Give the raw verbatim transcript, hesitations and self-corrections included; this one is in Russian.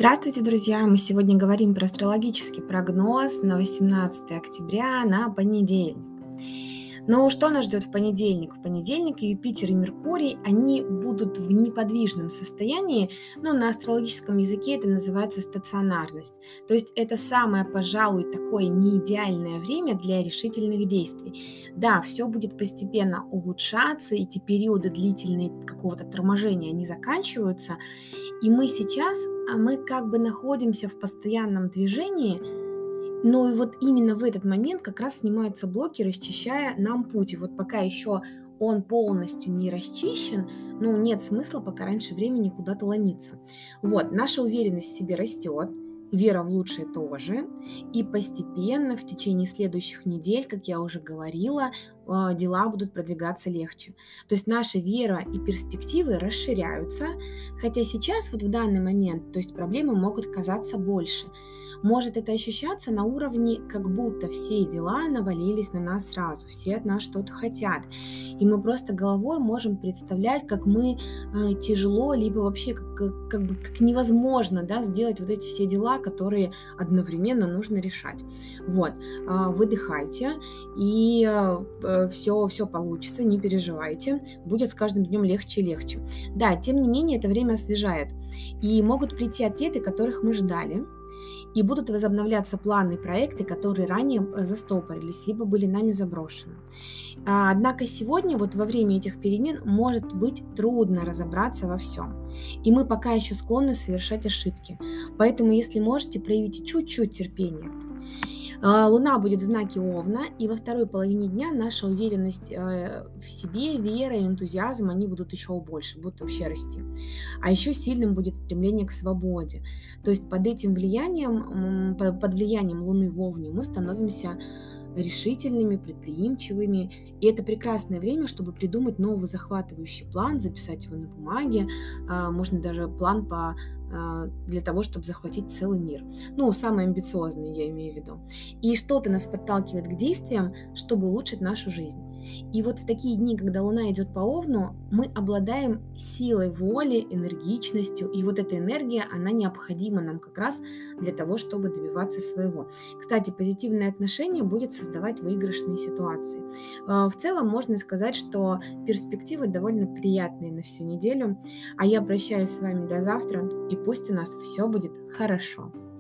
Здравствуйте, друзья! Мы сегодня говорим про астрологический прогноз на восемнадцатое октября, на понедельник. Ну, что нас ждет в понедельник? В понедельник Юпитер и Меркурий, они будут в неподвижном состоянии, но на астрологическом языке это называется стационарность. То есть это самое, пожалуй, такое неидеальное время для решительных действий. Да, все будет постепенно улучшаться, эти периоды длительные какого-то торможения, они заканчиваются, и мы сейчас, а мы как бы находимся в постоянном движении, но и вот именно в этот момент как раз снимаются блоки, расчищая нам путь. И вот пока еще он полностью не расчищен, ну, нет смысла пока раньше времени куда-то ломиться. Вот, наша уверенность в себе растет, вера в лучшее тоже, и постепенно в течение следующих недель, как я уже говорила, а, дела будут продвигаться легче. То есть наша вера и перспективы расширяются, хотя сейчас, вот в данный момент, то есть проблемы могут казаться больше. Может это ощущаться на уровне, как будто все дела навалились на нас сразу, все от нас что-то хотят. И мы просто головой можем представлять, как мы э, тяжело, либо вообще как, как, как бы как невозможно, да, сделать вот эти все дела, которые одновременно нужно решать. Вот, а, выдыхайте, и все, все получится, не переживайте, будет с каждым днем легче и легче. Да, тем не менее, это время освежает, и могут прийти ответы, которых мы ждали, и будут возобновляться планы и проекты, которые ранее э, застопорились, либо были нами заброшены. А, Однако сегодня, вот во время этих перемен, может быть трудно разобраться во всем. И мы пока еще склонны совершать ошибки. Поэтому, если можете, проявите чуть-чуть терпения. А, Луна будет в знаке Овна, и во второй половине дня наша уверенность э, в себе, вера и энтузиазм, они будут еще больше, будут вообще расти. А еще сильным будет стремление к свободе. То есть под этим влиянием, м, по- под влиянием Луны в Овне мы становимся решительными, предприимчивыми. И это прекрасное время, чтобы придумать новый захватывающий план, записать его на бумаге. А, Можно даже план по, а, для того, чтобы захватить целый мир. Ну, самый амбициозный, я имею в виду. И что-то нас подталкивает к действиям, чтобы улучшить нашу жизнь. И вот в такие дни, когда Луна идет по Овну, мы обладаем силой воли, энергичностью, и вот эта энергия, она необходима нам как раз для того, чтобы добиваться своего. Кстати, позитивное отношение будет создавать выигрышные ситуации. А, В целом можно сказать, что перспективы довольно приятные на всю неделю, а я прощаюсь с вами до завтра, и пусть у нас все будет хорошо.